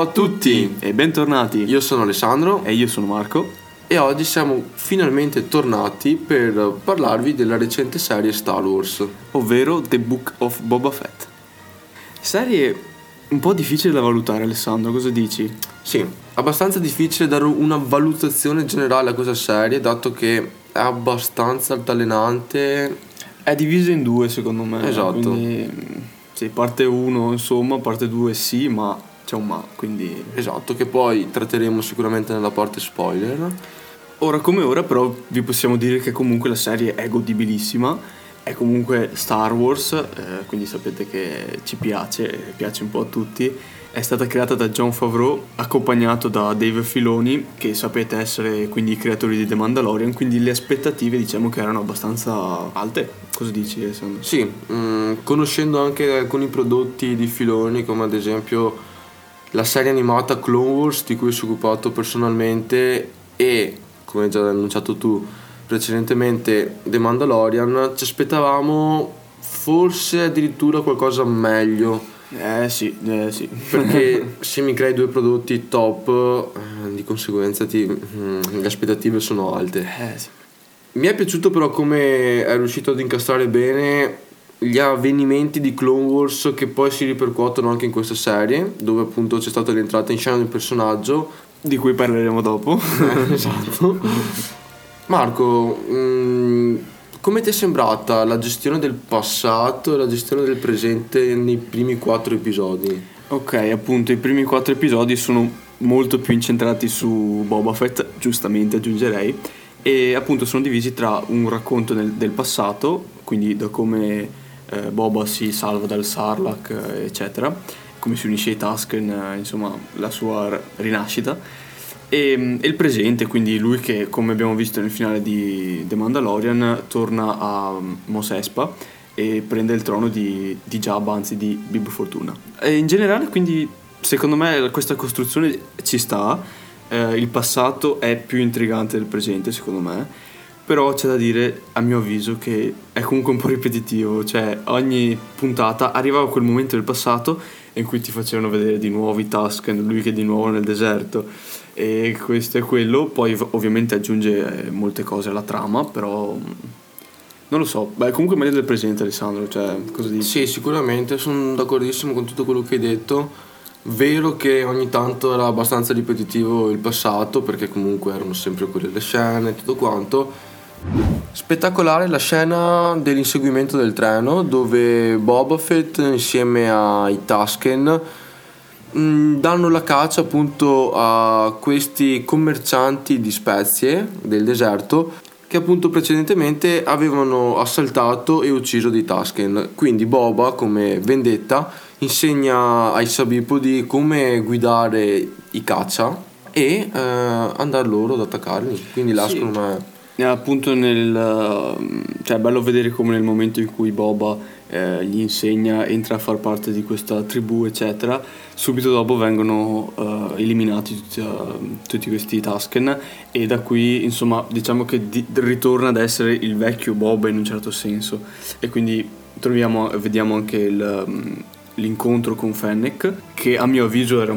a tutti e bentornati. Io sono Alessandro e io sono Marco e oggi siamo finalmente tornati per parlarvi della recente serie Star Wars, ovvero The Book of Boba Fett. Serie un po' difficile da valutare, Alessandro, cosa dici? Sì, abbastanza difficile dare una valutazione generale a questa serie, dato che è abbastanza altalenante. È diviso in due secondo me. Esatto. Quindi sì, parte 1 insomma, parte 2 sì, ma c'è un ma, quindi... Esatto, che poi tratteremo sicuramente nella parte spoiler. Ora come ora però vi possiamo dire che comunque la serie è godibilissima, è comunque Star Wars, quindi sapete che ci piace un po' a tutti. È stata creata da Jon Favreau, accompagnato da Dave Filoni, che sapete essere quindi i creatori di The Mandalorian, quindi le aspettative diciamo che erano abbastanza alte. Cosa dici, Alessandro? Sì, conoscendo anche alcuni prodotti di Filoni, come ad esempio la serie animata Clone Wars, di cui si è occupato personalmente, e come già annunciato tu precedentemente The Mandalorian, ci aspettavamo forse addirittura qualcosa meglio. Sì. Perché se mi crei due prodotti top, di conseguenza le aspettative sono alte. Sì. Mi è piaciuto però come è riuscito ad incastrare bene gli avvenimenti di Clone Wars, che poi si ripercuotono anche in questa serie, dove appunto c'è stata l'entrata in scena di un personaggio di cui parleremo dopo. Esatto. Marco, come ti è sembrata la gestione del passato e la gestione del presente nei primi 4 episodi? Ok, appunto i primi 4 episodi sono molto più incentrati su Boba Fett, giustamente aggiungerei, e appunto sono divisi tra un racconto del passato, quindi da come Boba si salva dal Sarlacc, eccetera, come si unisce ai Tusken, insomma la sua rinascita, e il presente, quindi lui che, come abbiamo visto nel finale di The Mandalorian, torna a Mos Espa e prende il trono di Jabba, anzi di Bib Fortuna. E in generale, quindi, secondo me questa costruzione ci sta. Il passato è più intrigante del presente, secondo me, però c'è da dire, a mio avviso, che è comunque un po' ripetitivo. Cioè ogni puntata arrivava quel momento del passato in cui ti facevano vedere di nuovo i Tusken, lui che è di nuovo nel deserto, e questo e quello. Poi ovviamente aggiunge molte cose alla trama, però non lo so. Beh, comunque meglio del presente, Alessandro, cioè cosa dici? Sì, sicuramente sono d'accordissimo con tutto quello che hai detto. Vero che ogni tanto era abbastanza ripetitivo il passato, perché comunque erano sempre quelle le scene e tutto quanto. Spettacolare la scena dell'inseguimento del treno, dove Boba Fett insieme ai Tusken danno la caccia appunto a questi commercianti di spezie del deserto, che appunto precedentemente avevano assaltato e ucciso dei Tusken. Quindi Boba, come vendetta, insegna ai Sabipodi come guidare i caccia e andare loro ad attaccarli. Quindi là Sì. secondo me Appunto cioè è bello vedere come nel momento in cui Boba gli insegna, entra a far parte di questa tribù eccetera, subito dopo vengono eliminati tutti questi Tusken, e da qui insomma diciamo che ritorna ad essere il vecchio Boba in un certo senso, e quindi vediamo anche l'incontro con Fennec, che a mio avviso era un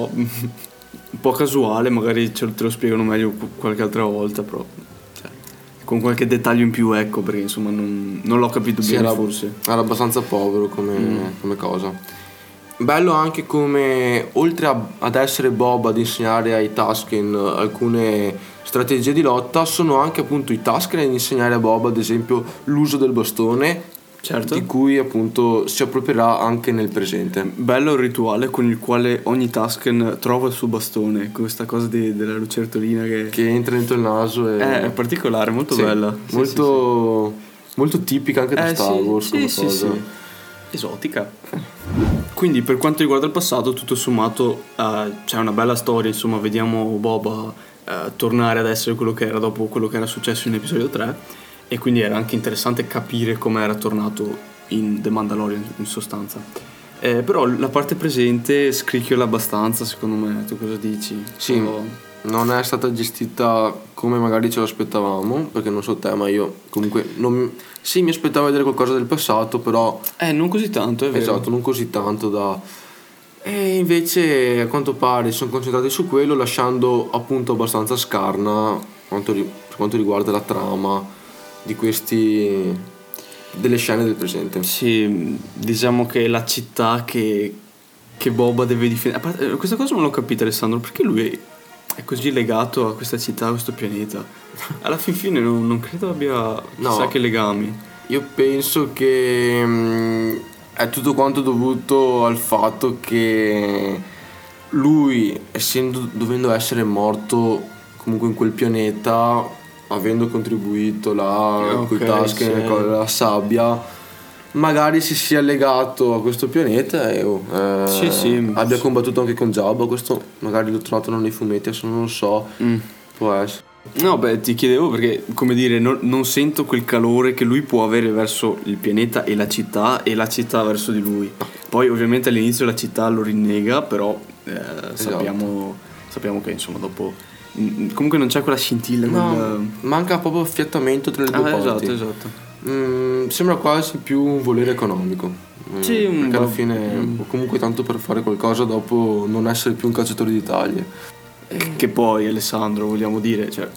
po' casuale, magari te lo spiegano meglio qualche altra volta, però con qualche dettaglio in più, ecco, perché insomma non l'ho capito bene, forse era abbastanza povero come cosa. Bello anche come, oltre ad essere Boba ad insegnare ai Tusken alcune strategie di lotta, sono anche appunto i Tusken ad insegnare a Boba ad esempio l'uso del bastone, certo, di cui appunto si approprierà anche nel presente. Bello il rituale con il quale ogni Tusken trova il suo bastone, questa cosa della lucertolina che entra dentro il naso è particolare, molto bella, molto tipica anche da Star Wars come cosa. Sì. Esotica. Quindi per quanto riguarda il passato, tutto sommato c'è una bella storia, insomma vediamo Boba tornare ad essere quello che era dopo quello che era successo in episodio 3, e quindi era anche interessante capire come era tornato in The Mandalorian in sostanza. Però la parte presente scricchiola abbastanza, secondo me. Tu cosa dici? Sì, non è stata gestita come magari ce lo aspettavamo, perché non so te, ma io comunque sì, mi aspettavo di vedere qualcosa del passato, però non così tanto, è vero. Esatto, non così tanto E invece a quanto pare si sono concentrati su quello, lasciando appunto abbastanza scarna per quanto riguarda la trama di questi delle scene del presente. Sì, diciamo che la città che Boba deve difendere. Questa cosa non l'ho capita, Alessandro, perché lui è così legato a questa città, a questo pianeta. Alla fin fine non credo abbia chissà che legami. Io penso che è tutto quanto dovuto al fatto che lui, dovendo essere morto comunque in quel pianeta, avendo contribuito là con i Tusken, con la sabbia, magari si sia legato a questo pianeta e abbia combattuto anche con Jabba. Questo magari l'ho trovato nei fumetti, adesso non lo so, può essere. No, beh, ti chiedevo perché, come dire, non sento quel calore che lui può avere verso il pianeta e la città verso di lui. Poi ovviamente all'inizio la città lo rinnega, però sappiamo che insomma dopo comunque non c'è quella scintilla. Manca proprio affiattamento tra le due parti. Esatto. Sembra quasi più un volere economico. Sì, perché alla fine comunque tanto per fare qualcosa dopo non essere più un cacciatore di taglie. Che poi, Alessandro, vogliamo dire, cioè,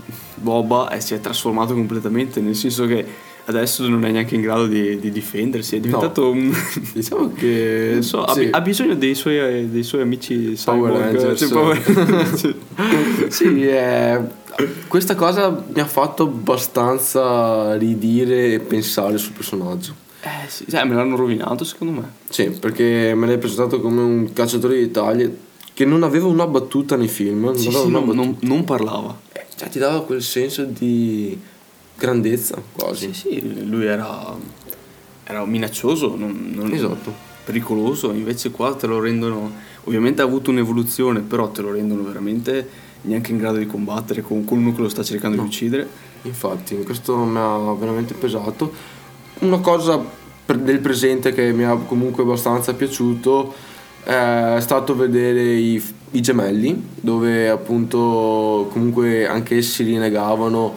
Boba si è trasformato completamente, nel senso che adesso non è neanche in grado di difendersi, è diventato un... Diciamo che non so, ha bisogno dei suoi amici Power Rangers. Sì, questa cosa mi ha fatto abbastanza ridire e pensare sul personaggio. Sì, me l'hanno rovinato secondo me. Sì, perché me l'hai presentato come un cacciatore di taglie che non aveva una battuta nei film. Non parlava. Cioè ti dava quel senso di grandezza quasi. Sì, lui era minaccioso, esatto, pericoloso. Invece qua te lo rendono, ovviamente ha avuto un'evoluzione, però te lo rendono veramente neanche in grado di combattere con uno che lo sta cercando di uccidere. Infatti questo mi ha veramente pesato. Una cosa del presente che mi ha comunque abbastanza piaciuto è stato vedere i gemelli, dove appunto comunque anche essi rinnegavano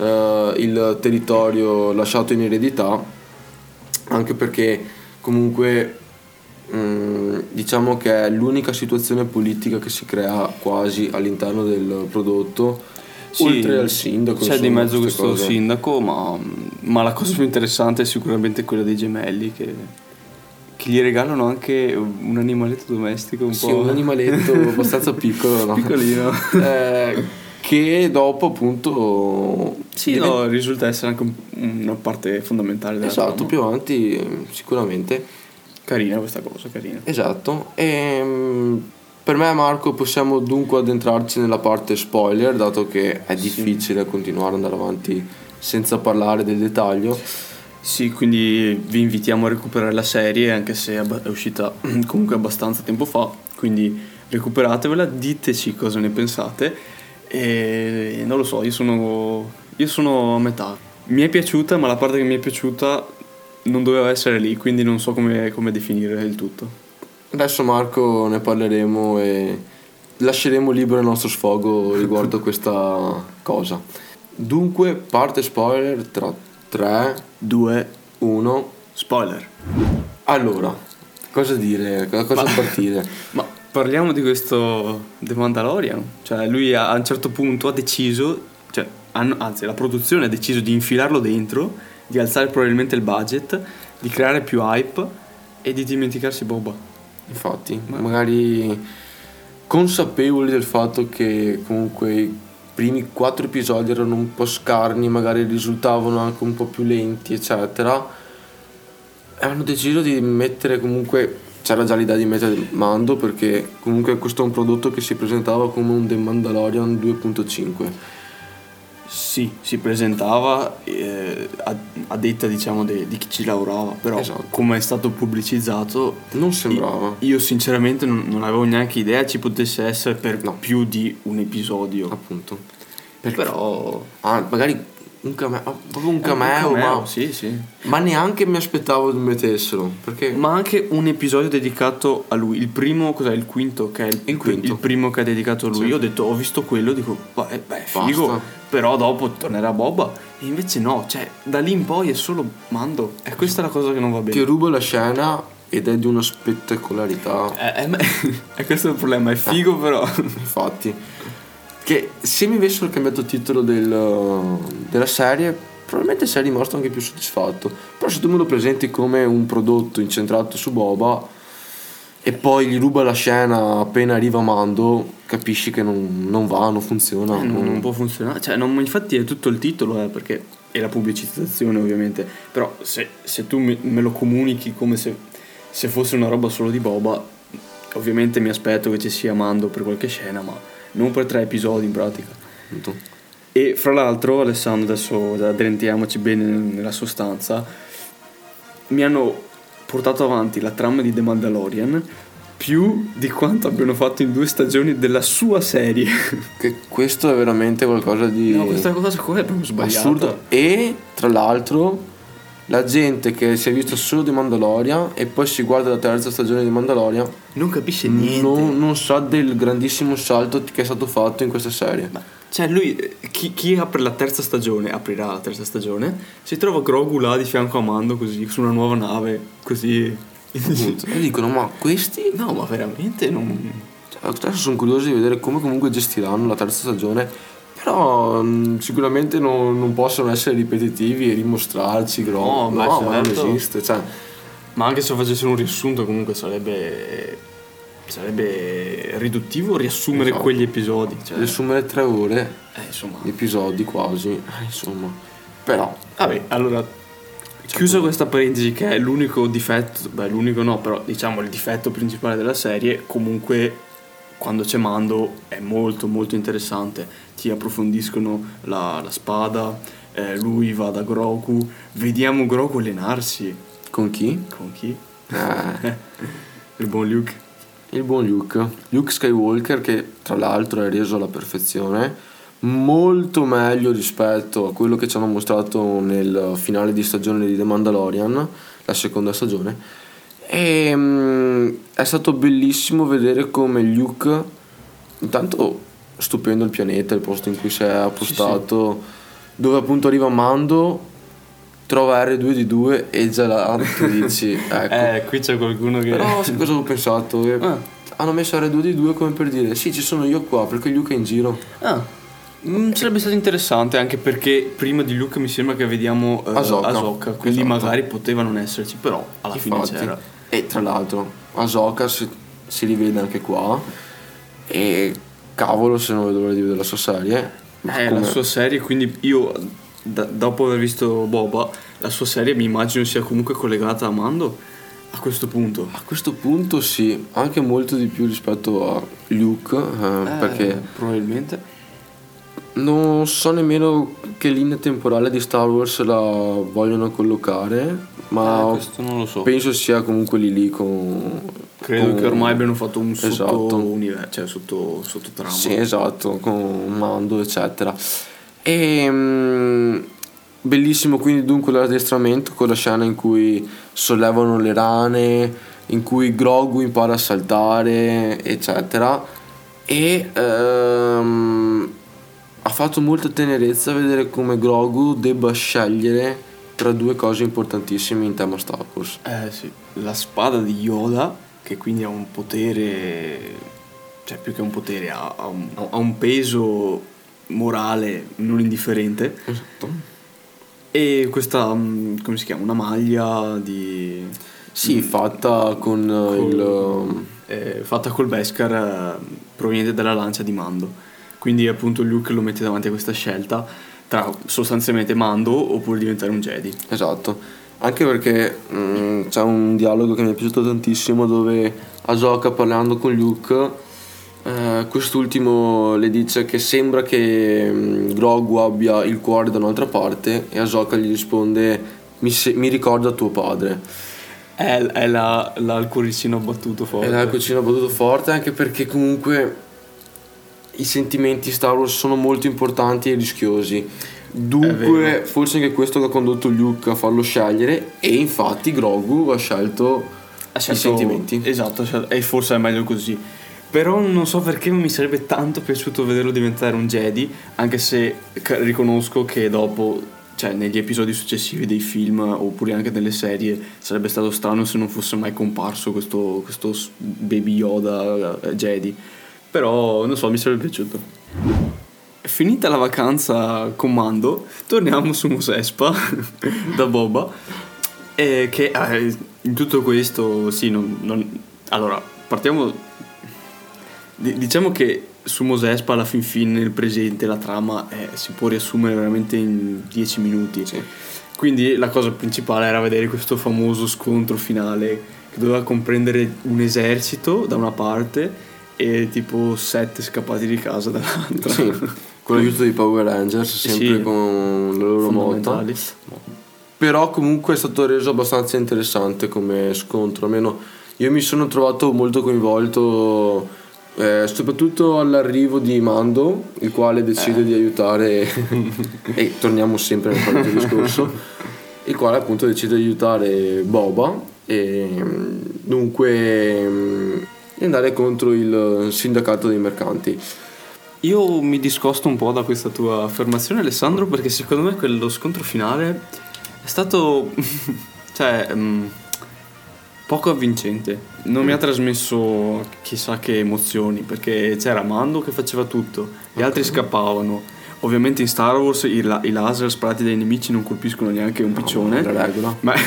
il territorio lasciato in eredità, anche perché comunque diciamo che è l'unica situazione politica che si crea quasi all'interno del prodotto. Sì, oltre al sindaco c'è di mezzo questo sindaco, ma la cosa più interessante è sicuramente quella dei gemelli che gli regalano anche un animaletto domestico un animaletto abbastanza piccolo, no? Piccolino, che dopo appunto risulta essere anche una parte fondamentale della trama. Più avanti sicuramente. Carina questa cosa, carina. Esatto. E per me, Marco, possiamo dunque addentrarci nella parte spoiler, dato che è difficile continuare ad andare avanti senza parlare del dettaglio. Sì, quindi vi invitiamo a recuperare la serie, anche se è uscita comunque abbastanza tempo fa, quindi recuperatevela, diteci cosa ne pensate e non lo so, io sono a metà. Mi è piaciuta, ma la parte che mi è piaciuta non doveva essere lì, quindi non so come definire il tutto. Adesso, Marco, ne parleremo e lasceremo libero il nostro sfogo riguardo a questa cosa. Dunque, parte spoiler tra 3, 2, 1, spoiler. Allora, cosa dire? Da cosa partire? Ma parliamo di questo The Mandalorian. Cioè, lui a un certo punto ha deciso, anzi, la produzione ha deciso di infilarlo dentro, di alzare probabilmente il budget, di creare più hype e di dimenticarsi Boba. Infatti, magari consapevoli del fatto che comunque i primi 4 episodi erano un po' scarni, magari risultavano anche un po' più lenti, eccetera, e hanno deciso di mettere comunque, c'era già l'idea di mettere Mando, perché comunque questo è un prodotto che si presentava come un The Mandalorian 2.5. Sì, si presentava a detta diciamo di chi ci lavorava, però come è stato pubblicizzato non sembrava. Io sinceramente non avevo neanche idea ci potesse essere più di un episodio, appunto. Però magari un cameo, proprio un cameo, sì. Ma neanche mi aspettavo di mettessero, perché ma anche un episodio dedicato a lui. Il primo, cos'è? Il quinto, che è il quinto. Il primo che è dedicato a lui. Sì. Io ho visto quello, dico, figo. Basta. Però dopo tornerà Boba. E invece no, da lì in poi è solo Mando. E questa è la cosa che non va bene. Ti rubo la scena ed è di una spettacolarità. È questo il problema, è figo però. Infatti, che se mi avessero cambiato il titolo della serie, probabilmente sarei rimasto anche più soddisfatto. Però se tu me lo presenti come un prodotto incentrato su Boba e poi gli ruba la scena appena arriva Mando, capisci che non va, non funziona. Non può funzionare, cioè infatti è tutto il titolo, perché è la pubblicizzazione ovviamente, però se tu me lo comunichi come se fosse una roba solo di Boba, ovviamente mi aspetto che ci sia Mando per qualche scena, ma non per 3 episodi in pratica. E fra l'altro, Alessandro, adesso addentriamoci bene nella sostanza, mi hanno portato avanti la trama di The Mandalorian più di quanto abbiano fatto in 2 stagioni della sua serie. Che questo è veramente qualcosa di... No, questa cosa qua è proprio sbagliata. Assurdo. E tra l'altro la gente che si è vista solo di Mandalorian e poi si guarda la 3ª stagione di Mandalorian non capisce niente, non sa del grandissimo salto che è stato fatto in questa serie. Cioè lui, chi apre la 3ª stagione, aprirà la 3ª stagione, si trova Grogu là di fianco a Mando, così, su una nuova nave, così. E dicono, ma questi... No, ma veramente non... Adesso sono curioso di vedere come comunque gestiranno la 3ª stagione, però sicuramente non possono essere ripetitivi e rimostrarci Grogu. No, ma certo. non esiste, cioè... Ma anche se facessero un riassunto comunque sarebbe riduttivo riassumere quegli episodi, cioè. Riassumere 3 ore insomma, di episodi quasi, insomma. Però vabbè, allora chiusa questa parentesi che è l'unico difetto, l'unico no, però diciamo il difetto principale della serie, comunque quando c'è Mando è molto molto interessante, ti approfondiscono la spada, lui va da Grogu, vediamo Grogu allenarsi. con chi? Con chi? Il buon Luke. Il buon Luke Skywalker, che tra l'altro è reso alla perfezione, molto meglio rispetto a quello che ci hanno mostrato nel finale di stagione di The Mandalorian, la 2ª stagione. E è stato bellissimo vedere come Luke, intanto stupendo il pianeta, il posto in cui si è appostato, dove appunto arriva Mando, trova R2D2 e già là tu dici ecco. Qui c'è qualcuno che... Però sai cosa ho pensato? Hanno messo R2D2 come per dire sì, ci sono io qua perché Luke è in giro. Sarebbe stato interessante, anche perché prima di Luke mi sembra che vediamo Ahsoka, quindi magari poteva non esserci, però alla fine c'era. E tra l'altro Ahsoka si rivede anche qua, e cavolo se non vedo l'ora di vedere la sua serie. La sua serie, quindi io dopo aver visto Boba, la sua serie mi immagino sia comunque collegata a Mando a questo punto. A questo punto sì, anche molto di più rispetto a Luke, perché probabilmente non so nemmeno che linea temporale di Star Wars la vogliono collocare, ma questo non lo so. Penso sia comunque lì con... Credo che ormai abbiano fatto un esatto. cioè sotto trama. Sì, esatto, con Mando eccetera. E bellissimo quindi dunque l'addestramento con la scena in cui sollevano le rane, in cui Grogu impara a saltare eccetera, e ha fatto molta tenerezza vedere come Grogu debba scegliere tra 2 cose importantissime in tema Star Wars. Sì, la spada di Yoda, che quindi ha un potere, cioè più che un potere ha un peso morale non indifferente. Esatto. E questa, come si chiama? Una maglia di... Sì, fatta fatta col Beskar proveniente dalla lancia di Mando. Quindi appunto Luke lo mette davanti a questa scelta tra sostanzialmente Mando oppure diventare un Jedi. Esatto, anche perché c'è un dialogo che mi è piaciuto tantissimo dove Ahsoka, parlando con Luke, quest'ultimo le dice che sembra che Grogu abbia il cuore da un'altra parte, e Ahsoka gli risponde mi ricorda tuo padre. È là il cuoricino battuto forte. È là il cuoricino battuto forte, anche perché comunque i sentimenti Star Wars sono molto importanti e rischiosi. Dunque forse anche questo che ha condotto Luke a farlo scegliere, e infatti Grogu ha scelto i sentimenti. Esatto, e forse è meglio così. Però non so perché mi sarebbe tanto piaciuto vederlo diventare un Jedi, anche se riconosco che dopo cioè negli episodi successivi dei film oppure anche nelle serie sarebbe stato strano se non fosse mai comparso questo Baby Yoda Jedi, però non so, mi sarebbe piaciuto. Finita la vacanza con Mando, torniamo su Mos Espa da Boba, che in tutto questo sì, allora partiamo, diciamo che su Mos Espa alla fin fine nel presente la trama si può riassumere veramente in 10 minuti. Sì. Quindi la cosa principale era vedere questo famoso scontro finale che doveva comprendere un esercito da una parte e tipo 7 scappati di casa dall'altra. Sì, con l'aiuto dei Power Rangers, sempre sì, con la loro moto. Però comunque è stato reso abbastanza interessante come scontro, almeno io mi sono trovato molto coinvolto, soprattutto all'arrivo di Mando, il quale decide di aiutare e torniamo sempre nel solito discorso, il quale appunto decide di aiutare Boba e dunque di andare contro il sindacato dei mercanti. Io mi discosto un po' da questa tua affermazione, Alessandro, perché secondo me quello scontro finale è stato cioè poco avvincente. Non mi ha trasmesso chissà che emozioni, perché c'era Mando che faceva tutto, gli altri scappavano. Ovviamente in Star Wars i laser sparati dai nemici non colpiscono neanche un piccione, la regola. ma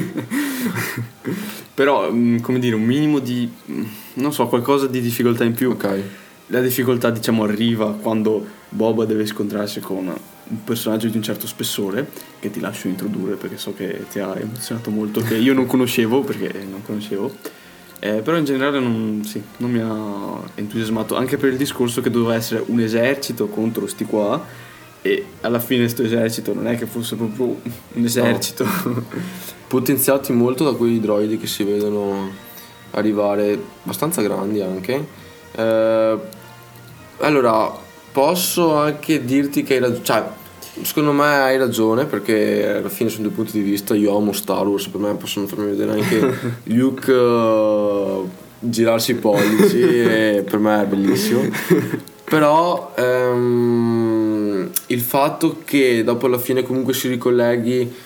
però come dire, un minimo di non so, qualcosa di difficoltà in più. Ok. La difficoltà diciamo arriva quando Boba deve scontrarsi con un personaggio di un certo spessore, che ti lascio introdurre perché so che ti ha emozionato molto, che io non conoscevo, però in generale non mi ha entusiasmato, anche per il discorso che doveva essere un esercito contro sti qua, e alla fine sto esercito non è che fosse proprio un esercito. No. Potenziati molto da quei droidi che si vedono arrivare, abbastanza grandi anche. Allora posso anche dirti che cioè, secondo me hai ragione, perché alla fine sono due punti di vista. Io amo Star Wars, per me possono farmi vedere anche Luke girarsi i pollici e per me è bellissimo. Però il fatto che dopo alla fine comunque si ricolleghi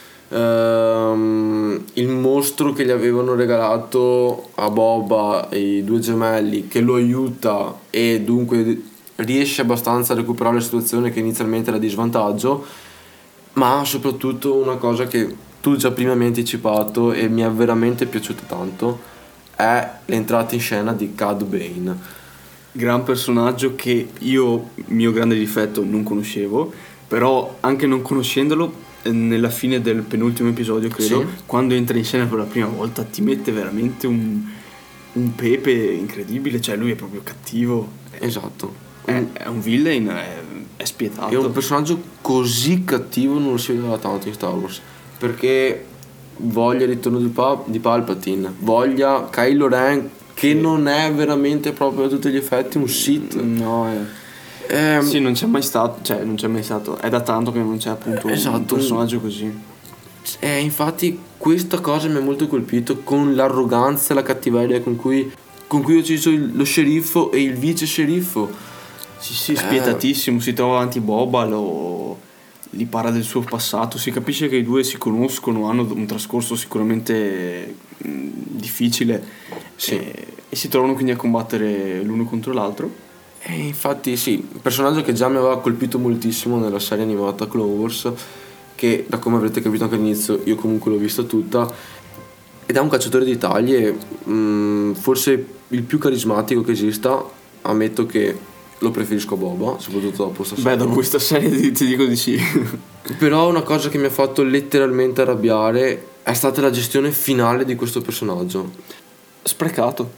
il mostro che gli avevano regalato a Boba e i due gemelli, che lo aiuta e dunque riesce abbastanza a recuperare la situazione che inizialmente era di svantaggio, ma soprattutto una cosa che tu già prima mi hai anticipato e mi è veramente piaciuta tanto è l'entrata in scena di Cad Bane. Gran personaggio che io, mio grande difetto, non conoscevo, però anche non conoscendolo nella fine del penultimo episodio credo, sì, quando entra in scena per la prima volta ti mette veramente un pepe incredibile, cioè lui è proprio cattivo. Esatto. È un villain, è spietato. È un personaggio così cattivo non lo si vedeva tanto in Star Wars, perché voglia il ritorno di Palpatine, voglia Kylo Ren, che non è veramente proprio a tutti gli effetti un Sith. No, sì, non c'è mai stato, è da tanto che non c'è appunto un personaggio così. Infatti questa cosa mi ha molto colpito, con l'arroganza e la cattiveria con cui ha ucciso lo sceriffo e il vice sceriffo. Sì, spietatissimo, si trova avanti Boba, gli parla del suo passato, si capisce che i due si conoscono, hanno un trascorso sicuramente difficile, sì, e si trovano quindi a combattere l'uno contro l'altro. E infatti sì, un personaggio che già mi aveva colpito moltissimo nella serie animata Clone Wars, che da come avrete capito anche all'inizio io comunque l'ho vista tutta, ed è un cacciatore di taglie, forse il più carismatico che esista. Ammetto che lo preferisco a Boba, soprattutto dopo questa serie. Dopo questa serie ti dico di sì. Però una cosa che mi ha fatto letteralmente arrabbiare è stata la gestione finale di questo personaggio. Sprecato.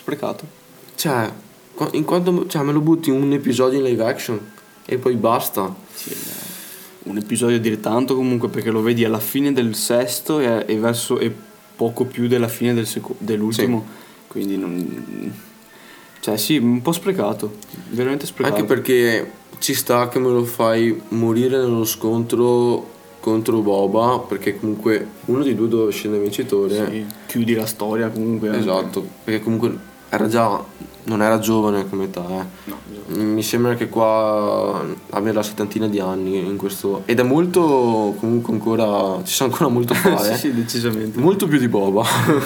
Cioè, me lo butti in un episodio in live action e poi basta. Sì, un episodio a dire tanto comunque, perché lo vedi alla fine del sesto e poco più della fine dell'ultimo, sì. Quindi non... Cioè sì, un po' sprecato, veramente sprecato. Anche perché ci sta che me lo fai morire nello scontro contro Boba, perché comunque uno dei due doveva scendere vincitore. Sì, chiudi la storia comunque. Esatto, perché comunque non era giovane come età, No, Mi sembra che qua abbia la settantina di anni in questo, ed è molto, comunque ancora, ci sa ancora molto fare. sì, decisamente. Molto più di Boba.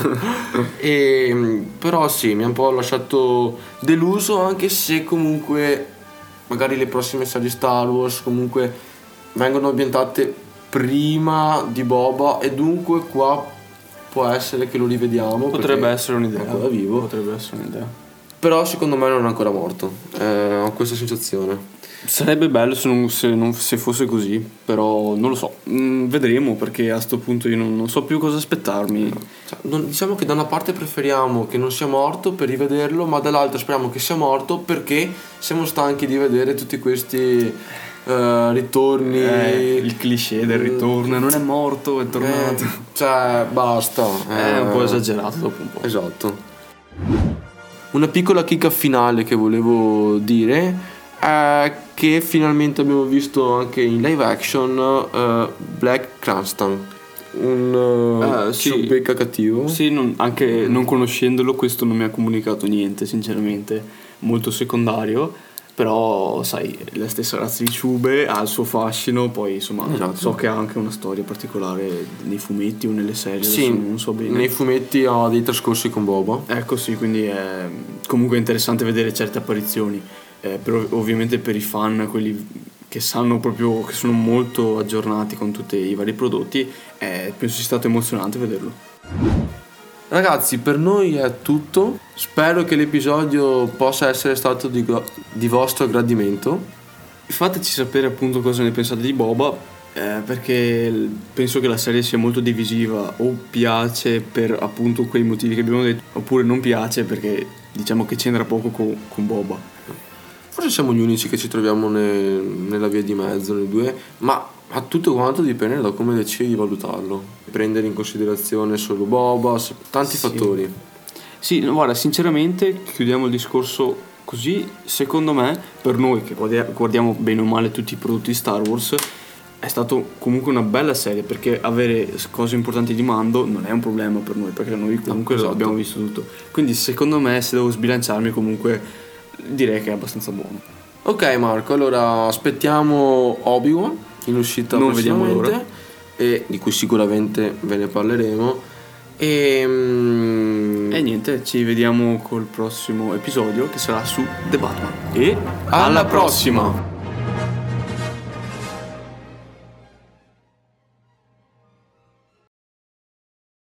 Però sì, mi ha un po' lasciato deluso, anche se comunque magari le prossime serie Star Wars comunque vengono ambientate prima di Boba, e dunque qua può essere che lo rivediamo. Potrebbe essere un'idea. È ancora vivo. Potrebbe essere un'idea. Però secondo me non è ancora morto. Ho questa sensazione. Sarebbe bello se fosse così, però non lo so. Vedremo, perché a sto punto io non so più cosa aspettarmi. Diciamo che da una parte preferiamo che non sia morto per rivederlo, ma dall'altra speriamo che sia morto perché siamo stanchi di vedere tutti questi ritorni. Il cliché del ritorno, non è morto, è tornato. Basta. È un po' esagerato dopo un po'. Esatto. Una piccola chicca finale che volevo dire è che finalmente abbiamo visto anche in live action Black Cranston, un ciubecca cattivo. Sì, anche non conoscendolo, questo non mi ha comunicato niente, sinceramente, molto secondario. Però sai, la stessa razza di ciube ha il suo fascino, poi insomma esatto. So che ha anche una storia particolare nei fumetti o nelle serie, sì, non so bene. Nei fumetti ha dei trascorsi con Boba. Ecco, sì, quindi è comunque interessante vedere certe apparizioni, però ovviamente per i fan, quelli che sanno proprio, che sono molto aggiornati con tutti i vari prodotti, penso sia stato emozionante vederlo. Ragazzi, per noi è tutto. Spero che l'episodio possa essere stato di vostro gradimento. Fateci sapere appunto cosa ne pensate di Boba, perché penso che la serie sia molto divisiva. O piace per appunto quei motivi che abbiamo detto, oppure non piace perché diciamo che c'entra poco con Boba. Forse siamo gli unici che ci troviamo nella via di mezzo, nei due, ma tutto quanto dipende da come decidi di valutarlo. Prendere in considerazione solo Boba, tanti fattori. Sì, no, guarda, sinceramente chiudiamo il discorso così. Secondo me, per noi che guardiamo bene o male tutti i prodotti Star Wars, è stato comunque una bella serie, perché avere cose importanti di Mando non è un problema per noi, perché noi comunque esatto. abbiamo visto tutto. Quindi secondo me, se devo sbilanciarmi, comunque direi che è abbastanza buono. Ok Marco, allora aspettiamo Obi-Wan in uscita non vediamo l'ora, e di cui sicuramente ve ne parleremo. E niente, ci vediamo col prossimo episodio, che sarà su The Batman. E alla prossima.